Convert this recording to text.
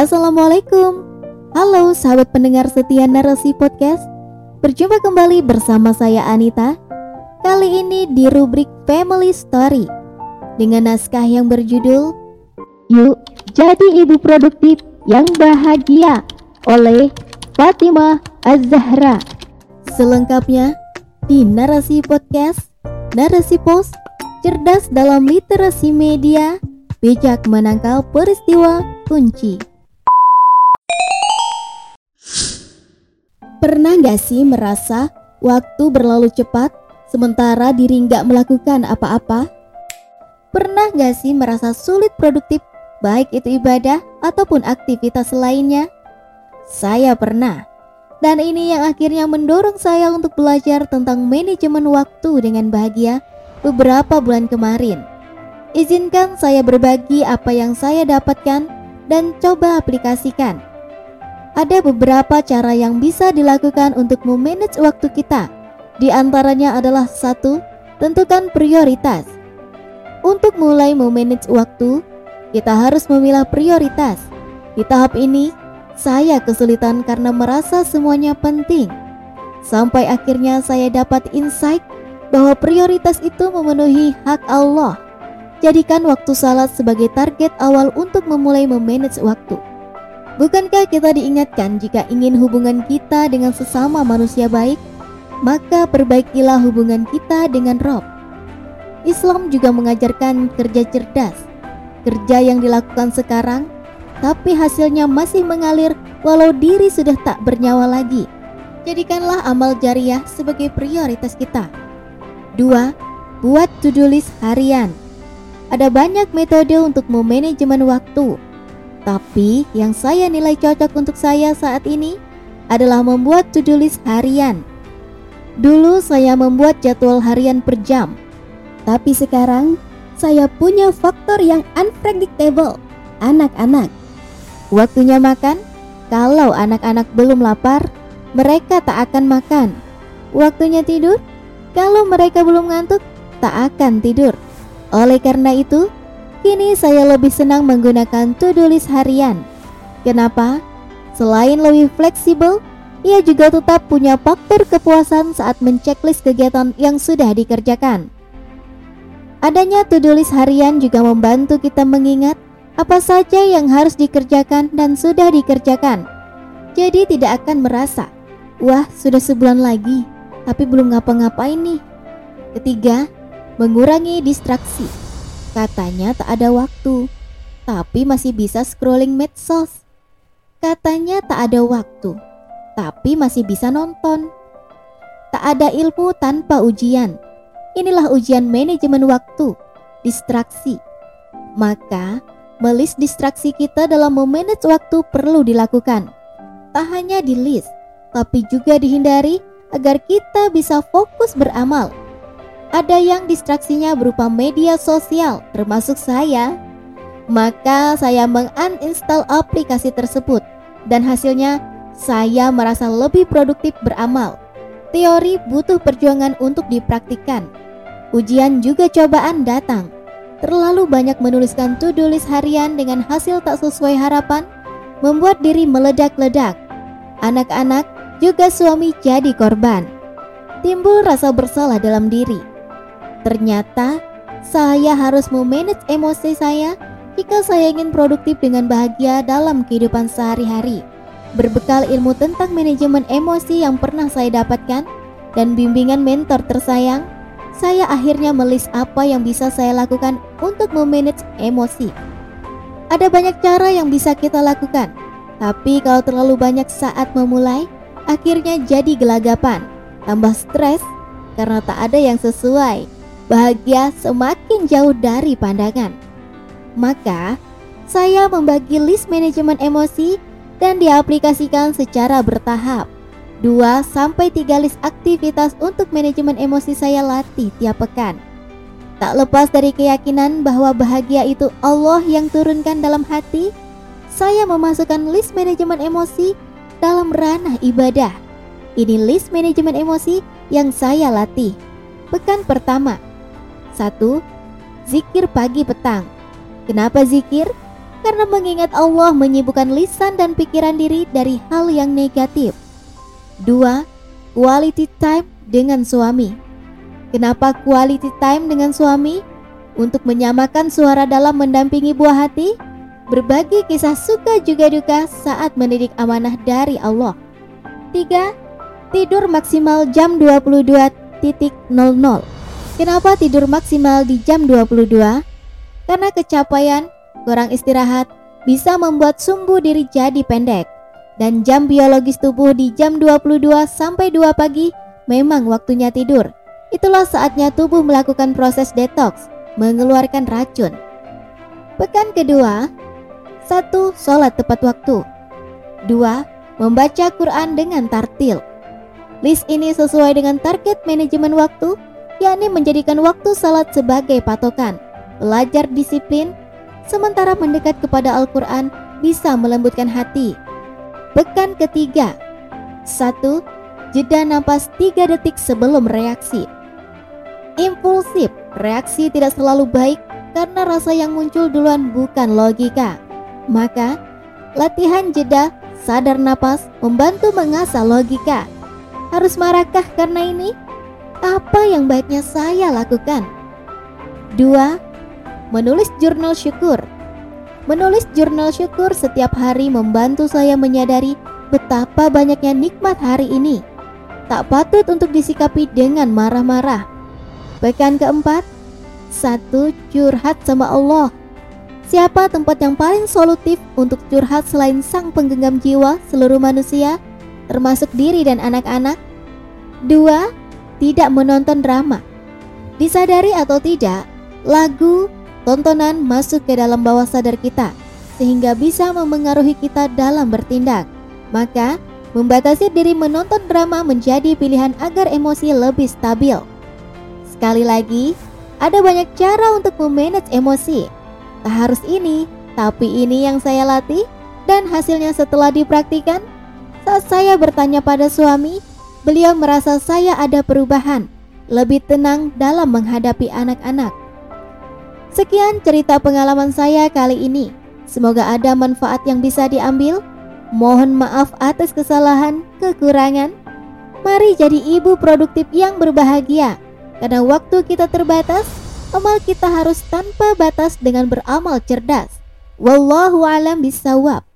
Assalamualaikum. Halo sahabat pendengar setia Narasi Podcast. Berjumpa kembali bersama saya Anita. Kali ini di rubrik Family Story dengan naskah yang berjudul Yuk Jadi Ibu Produktif yang Bahagia oleh Fatimah Az-Zahra. Selengkapnya di Narasi Podcast. Narasi Pos, cerdas dalam literasi media, bijak menangkal peristiwa kunci. Pernah gak sih merasa waktu berlalu cepat sementara diri gak melakukan apa-apa? Pernah gak sih merasa sulit produktif, baik itu ibadah ataupun aktivitas lainnya? Saya pernah. Dan ini yang akhirnya mendorong saya untuk belajar tentang manajemen waktu dengan bahagia beberapa bulan kemarin. Izinkan saya berbagi apa yang saya dapatkan dan coba aplikasikan. Ada beberapa cara yang bisa dilakukan untuk memanage waktu kita. Di antaranya adalah 1. Tentukan prioritas. Untuk mulai memanage waktu, kita harus memilah prioritas. Di tahap ini, saya kesulitan karena merasa semuanya penting. Sampai akhirnya saya dapat insight bahwa prioritas itu memenuhi hak Allah. Jadikan waktu salat sebagai target awal untuk memulai memanage waktu. Bukankah kita diingatkan jika ingin hubungan kita dengan sesama manusia baik, maka perbaikilah hubungan kita dengan Rob. Islam juga mengajarkan kerja cerdas, kerja yang dilakukan sekarang, tapi hasilnya masih mengalir walau diri sudah tak bernyawa lagi. Jadikanlah amal jariah sebagai prioritas kita. 2. Buat to-do list harian. Ada banyak metode untuk memanajemen waktu. Tapi yang saya nilai cocok untuk saya saat ini adalah membuat to-do list harian. Dulu saya membuat jadwal harian per jam. Tapi sekarang saya punya faktor yang unpredictable, anak-anak. Waktunya makan, kalau anak-anak belum lapar, mereka tak akan makan. Waktunya tidur, kalau mereka belum ngantuk, tak akan tidur. Oleh karena itu, kini saya lebih senang menggunakan to-do list harian. Kenapa? Selain lebih fleksibel, ia juga tetap punya faktor kepuasan saat menceklis kegiatan yang sudah dikerjakan. Adanya to-do list harian juga membantu kita mengingat apa saja yang harus dikerjakan dan sudah dikerjakan. Jadi tidak akan merasa, wah sudah sebulan lagi, tapi belum ngapa-ngapain nih. Ketiga, mengurangi distraksi. Katanya tak ada waktu, tapi masih bisa scrolling medsos. Katanya tak ada waktu, tapi masih bisa nonton. Tak ada ilmu tanpa ujian. Inilah ujian manajemen waktu, distraksi. Maka, melis distraksi kita dalam memanage waktu perlu dilakukan. Tak hanya di list, tapi juga dihindari agar kita bisa fokus beramal. Ada yang distraksinya berupa media sosial, termasuk saya. Maka saya menguninstall aplikasi tersebut, dan hasilnya saya merasa lebih produktif beramal. Teori butuh perjuangan untuk dipraktikkan. Ujian juga cobaan datang. Terlalu banyak menuliskan to-do list harian dengan hasil tak sesuai harapan, membuat diri meledak-ledak. Anak-anak juga suami jadi korban. Timbul rasa bersalah dalam diri. Ternyata saya harus memanage emosi saya jika saya ingin produktif dengan bahagia dalam kehidupan sehari-hari. Berbekal ilmu tentang manajemen emosi yang pernah saya dapatkan dan bimbingan mentor tersayang, saya akhirnya melis apa yang bisa saya lakukan untuk memanage emosi. Ada banyak cara yang bisa kita lakukan, tapi kalau terlalu banyak saat memulai, akhirnya jadi gelagapan, tambah stres karena tak ada yang sesuai. Bahagia semakin jauh dari pandangan. Maka, saya membagi list manajemen emosi dan diaplikasikan secara bertahap. 2-3 list aktivitas untuk manajemen emosi saya latih tiap pekan. Tak lepas dari keyakinan bahwa bahagia itu Allah yang turunkan dalam hati, saya memasukkan list manajemen emosi dalam ranah ibadah. Ini list manajemen emosi yang saya latih. Pekan pertama, 1. Zikir pagi petang. Kenapa zikir? karena mengingat Allah menyibukkan lisan dan pikiran diri dari hal yang negatif. 2. Quality time dengan suami. Kenapa quality time dengan suami? Untuk menyamakan suara dalam mendampingi buah hati, berbagi kisah suka juga duka saat mendidik amanah dari Allah. 3. Tidur maksimal jam 22.00. Kenapa tidur maksimal di jam 22? Karena kecapean, kurang istirahat, bisa membuat sumbu diri jadi pendek. Dan jam biologis tubuh di jam 22 sampai 2 pagi memang waktunya tidur. Itulah saatnya tubuh melakukan proses detox, mengeluarkan racun. Pekan kedua, 1. Sholat tepat waktu. 2. Membaca Quran dengan tartil. List ini sesuai dengan target manajemen waktu, yakni menjadikan waktu salat sebagai patokan. Belajar disiplin, sementara mendekat kepada Al-Quran bisa melembutkan hati. Pekan ketiga, 1. Jeda napas 3 detik sebelum reaksi. Impulsif, reaksi tidak selalu baik karena rasa yang muncul duluan bukan logika. Maka, latihan jeda, sadar napas membantu mengasah logika. Harus marahkah karena ini? Apa yang baiknya saya lakukan? 2. Menulis jurnal syukur. Menulis jurnal syukur setiap hari membantu saya menyadari betapa banyaknya nikmat hari ini. Tak patut untuk disikapi dengan marah-marah. Pekan keempat, 1. Curhat sama Allah. Siapa tempat yang paling solutif untuk curhat selain sang penggenggam jiwa seluruh manusia, termasuk diri dan anak-anak? 2. Tidak menonton drama. Disadari atau tidak, lagu, tontonan masuk ke dalam bawah sadar kita, sehingga bisa memengaruhi kita dalam bertindak. Maka, membatasi diri menonton drama menjadi pilihan agar emosi lebih stabil. Sekali lagi, ada banyak cara untuk memanage emosi. Tak harus ini, tapi ini yang saya latih, dan hasilnya setelah dipraktikan. Saat saya bertanya pada suami, beliau merasa saya ada perubahan, lebih tenang dalam menghadapi anak-anak. Sekian cerita pengalaman saya kali ini. Semoga ada manfaat yang bisa diambil. Mohon maaf atas kesalahan, kekurangan. Mari jadi ibu produktif yang berbahagia. Karena waktu kita terbatas, amal kita harus tanpa batas dengan beramal cerdas. Wallahu a'lam bishawab.